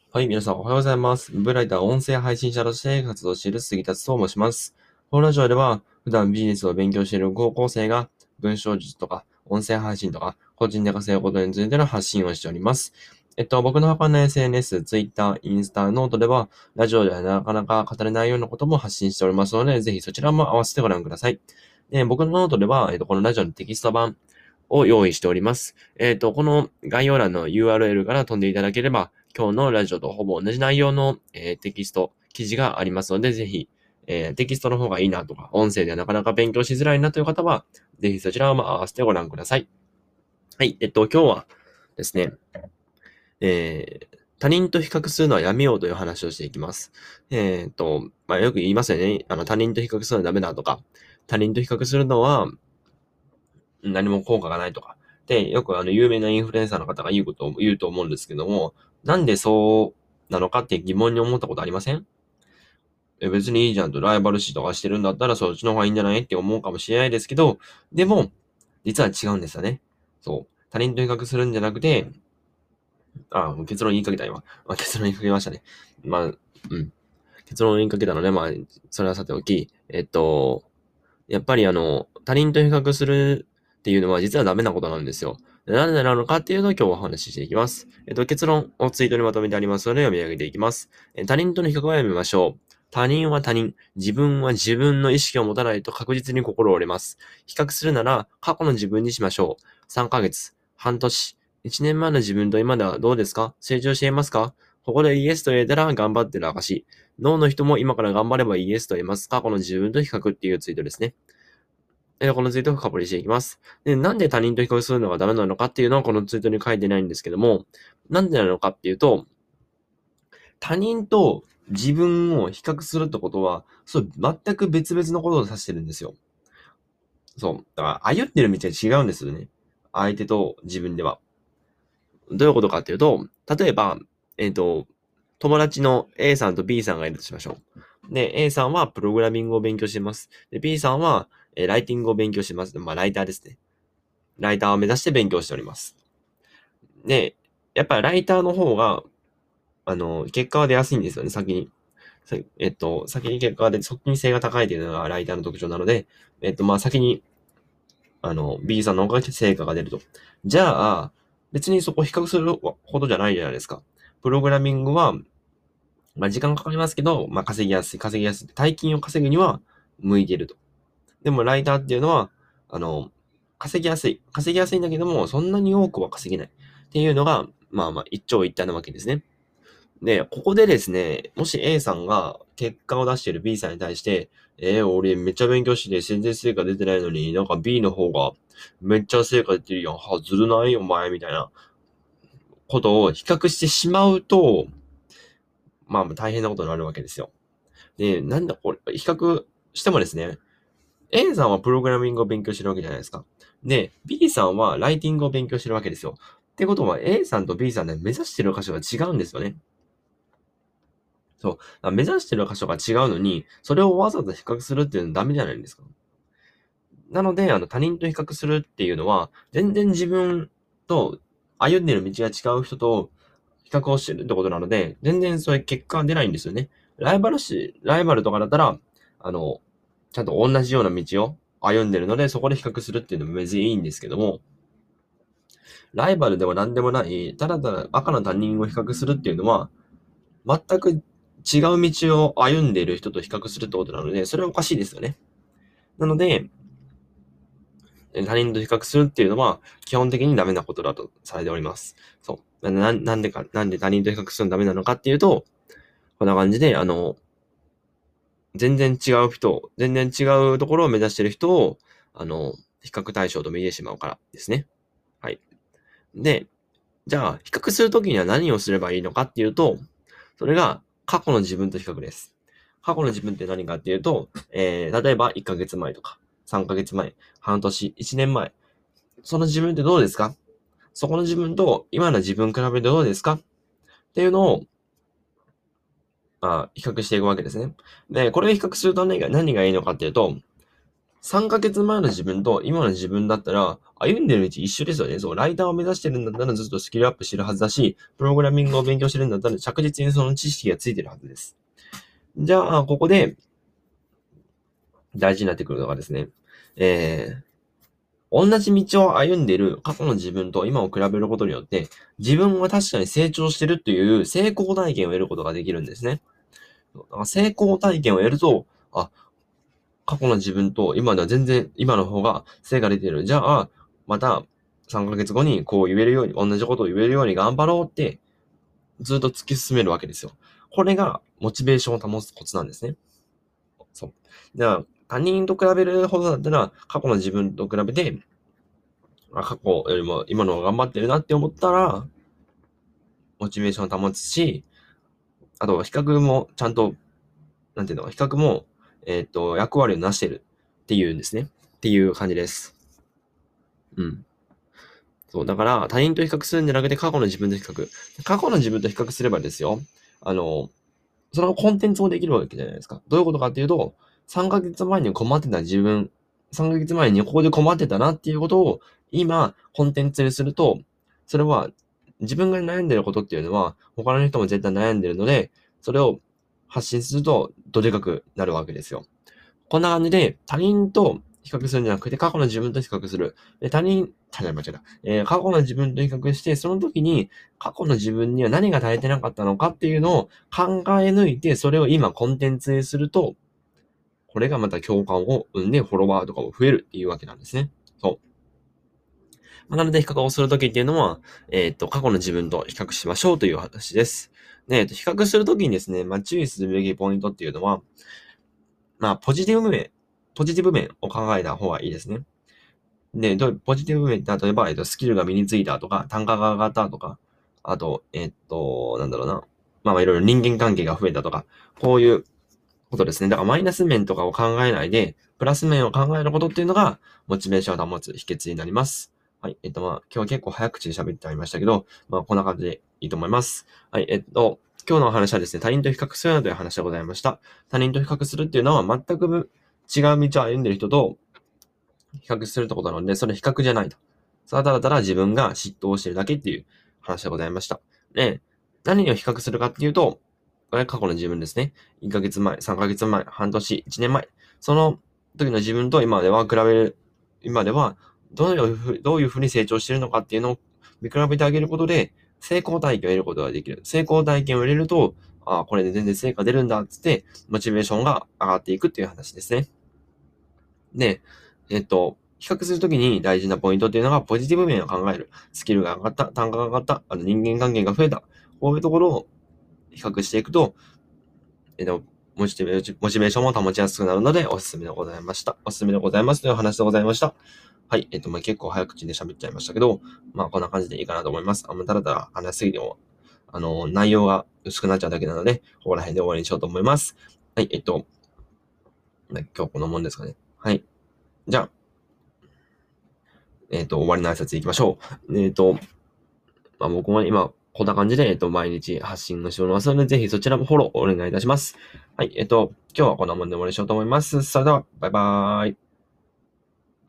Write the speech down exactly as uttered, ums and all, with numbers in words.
はい、皆さんおはようございます。ウェブライター、音声配信者として活動している杉田と申します。このラジオでは、普段ビジネスを勉強している高校生が、文章術とか、音声配信とか、個人で稼ぐことについての発信をしております。えっと、僕の他の エスエヌエス、Twitter、インスタ、ノートでは、ラジオではなかなか語れないようなことも発信しておりますので、ぜひそちらも合わせてご覧ください。で、僕のノートでは、えっと、このラジオのテキスト版を用意しております。えっと、この概要欄の ユーアールエル から飛んでいただければ、今日のラジオとほぼ同じ内容の、えーテキスト、記事がありますので、ぜひ、えーテキストの方がいいなとか、音声ではなかなか勉強しづらいなという方は、ぜひそちらをまあ合わせてご覧ください。はい。えっと、今日はですね、えー他人と比較するのはやめようという話をしていきます。えっと、まあ、よく言いますよね。あの、他人と比較するのはダメだとか、他人と比較するのは何も効果がないとか。で、よくあの、有名なインフルエンサーの方が言うことを言うと思うんですけども、なんでそうなのかって疑問に思ったことありません？え、別にいいじゃんと、ライバル視とかしてるんだったらそっちの方がいいんじゃないって思うかもしれないですけど、でも、実は違うんですよね。そう。他人と比較するんじゃなくて、あ、もう結論言いかけた今。あ、結論言いかけましたね。まあ、うん。結論言いかけたので、まあ、それはさておき、えっと、やっぱりあの、他人と比較するっていうのは実はダメなことなんですよ。なんでなのかっていうのを今日お話ししていきます。えっと、結論をツイートにまとめてありますので読み上げていきます。え他人との比較はやめましょう。他人は他人。自分は自分の意識を持たないと確実に心折れます。比較するなら過去の自分にしましょう。さんかげつ、半年、いちねんまえの自分と今ではどうですか？成長していますか？ここでイエスと言えたら頑張ってる証。脳の人も今から頑張ればイエスと言います。過去の自分と比較っていうツイートですね。えーこのツイートを深掘りしていきます。で、なんで他人と比較するのがダメなのかっていうのはこのツイートに書いてないんですけども、なんでなのかっていうと、他人と自分を比較するってことは、そう、全く別々のことを指してるんですよ。そう。だから、歩ってる道が違うんですよね。相手と自分では。どういうことかっていうと、例えば、えっと、友達の A さんと B さんがいるとしましょう。で、A さんはプログラミングを勉強しています。で、B さんは、えーライティングを勉強しています。まあ、ライターですね。ライターを目指して勉強しております。で、やっぱりライターの方が、あの、結果は出やすいんですよね、先に。えっと、先に結果が出て、促進性が高いというのがライターの特徴なので、えっと、まあ、先に、あの、B さんの方が成果が出ると。じゃあ、別にそこ比較するほどじゃないじゃないですか。プログラミングは、まあ、時間かかりますけど、まあ、稼ぎやすい、稼ぎやすい。大金を稼ぐには向いていると。でも、ライターっていうのは、あの、稼ぎやすい。稼ぎやすいんだけども、そんなに多くは稼げない。っていうのが、まあまあ、一長一短なわけですね。で、ここでですね、もし A さんが結果を出している B さんに対して、えー、俺めっちゃ勉強してて全然成果出てないのに、なんか B の方がめっちゃ成果出てるやん。は、ずるないお前みたいなことを比較してしまうと、まあ大変なことになるわけですよ。で、なんだこれ、比較してもですね、A さんはプログラミングを勉強してるわけじゃないですか。で、B さんはライティングを勉強してるわけですよ。ってことは A さんと B さんで目指してる箇所が違うんですよね。そう。目指してる箇所が違うのに、それをわざわざ比較するっていうのはダメじゃないですか。なので、あの、他人と比較するっていうのは、全然自分と歩んでる道が違う人と比較をしてるってことなので、全然そういう結果が出ないんですよね。ライバル視、ライバルとかだったら、あの、ちゃんと同じような道を歩んでるので、そこで比較するっていうのも別にいいんですけども、ライバルでは何でもない、ただただ赤の他人を比較するっていうのは、全く違う道を歩んでいる人と比較するってことなので、それはおかしいですよね。なので、他人と比較するっていうのは、基本的にダメなことだとされております。そう。な、なんでか、なんで他人と比較するのダメなのかっていうと、こんな感じで、あの、全然違う人、全然違うところを目指している人を、あの、比較対象と見てしまうからですね。はい。で、じゃあ、比較するときには何をすればいいのかっていうと、それが過去の自分と比較です。過去の自分って何かっていうと、えー、例えばいっかげつまえとか、さんかげつまえ、半年、いちねんまえ。その自分ってどうですか？そこの自分と今の自分比べてどうですかっていうのを、まあ、比較していくわけですね。で、これを比較すると何が、何がいいのかっていうと、 さんかげつまえの自分と今の自分だったら、歩んでる道一緒ですよね。そう、ライターを目指してるんだったらずっとスキルアップしてるはずだし、プログラミングを勉強してるんだったら着実にその知識がついてるはずです。じゃあ、ここで大事になってくるのがですね、えー、同じ道を歩んでいる過去の自分と今を比べることによって、自分は確かに成長してるっていう成功体験を得ることができるんですね。だから成功体験を得ると、あ、過去の自分と今では全然今の方が成果出てる。じゃあ、またさんかげつごにこう言えるように、同じことを言えるように頑張ろうって、ずっと突き進めるわけですよ。これがモチベーションを保つコツなんですね。そう。だから他人と比べるほどだったら、過去の自分と比べて、過去よりも今の方が頑張ってるなって思ったら、モチベーションを保つし、あと、比較もちゃんと、なんていうの、比較も、えっと、役割をなしてるっていうんですね。っていう感じです。うん。そう、だから他人と比較するんじゃなくて過去の自分と比較。過去の自分と比較すればですよ。あの、そのコンテンツもできるわけじゃないですか。どういうことかっていうと、さんかげつまえに困ってた自分、さんかげつまえにここで困ってたなっていうことを今コンテンツにすると、それは自分が悩んでることっていうのは他の人も絶対悩んでるので、それを発信するとどでかくなるわけですよ。こんな感じで他人と比較するんじゃなくて過去の自分と比較する。で他人、他人間違えた。えー過去の自分と比較して、その時に過去の自分には何が足りてなかったのかっていうのを考え抜いて、それを今コンテンツにすると、これがまた共感を生んでフォロワーとかも増えるっていうわけなんですね。そう。まあなので比較をするときっていうのは、えっと、過去の自分と比較しましょうという話です。で、えっと比較するときにですね、まあ注意するべきポイントっていうのは、まあポジティブ面、ポジティブ面を考えた方がいいですね。で、どうポジティブ面って例えば、えっと、スキルが身についたとか、単価が上がったとか、あと、えっと、なんだろうな。まあまあいろいろ人間関係が増えたとか、こういうことですね。だからマイナス面とかを考えないで、プラス面を考えることっていうのが、モチベーションを保つ秘訣になります。はい。えっと、まあ、今日は結構早口で喋ってありましたけど、まあ、こんな感じでいいと思います。はい。えっと、今日の話はですね、他人と比較するなという話でございました。他人と比較するっていうのは、全く違う道を歩んでいる人と比較するってことなので、それ比較じゃないと。それはただただ自分が嫉妬をしているだけっていう話でございました。で、何を比較するかっていうと、これは過去の自分ですね。いっかげつまえ、さんかげつまえ、半年、いちねんまえ。その時の自分と今では比べる、今ではどういうふう、どういうふうに成長しているのかっていうのを見比べてあげることで、成功体験を得ることができる。成功体験を得れると、ああ、これで全然成果出るんだっつって、モチベーションが上がっていくっていう話ですね。で、えっと、比較するときに大事なポイントっていうのが、ポジティブ面を考える。スキルが上がった、単価が上がった、あの人間関係が増えた。こういうところを比較していくと、えっと、モチベモチベーションも保ちやすくなるので、おすすめでございました。おすすめでございますという話でございました。はい。えっと、まあ、結構早口で喋っちゃいましたけど、まあ、こんな感じでいいかなと思います。あんまだらだら話しすぎても、あの、内容が薄くなっちゃうだけなので、ここら辺で終わりにしようと思います。はい。えっと、今日このもんですかね。はい。じゃあ、えっと、終わりの挨拶いきましょう。えっと、まあ、僕も今、こんな感じで、えっと、毎日発信をしておりますので、ぜひそちらもフォローお願いいたします。はい、えっと、今日はこんなもんで終わりにしようと思います。それでは、バイバーイ。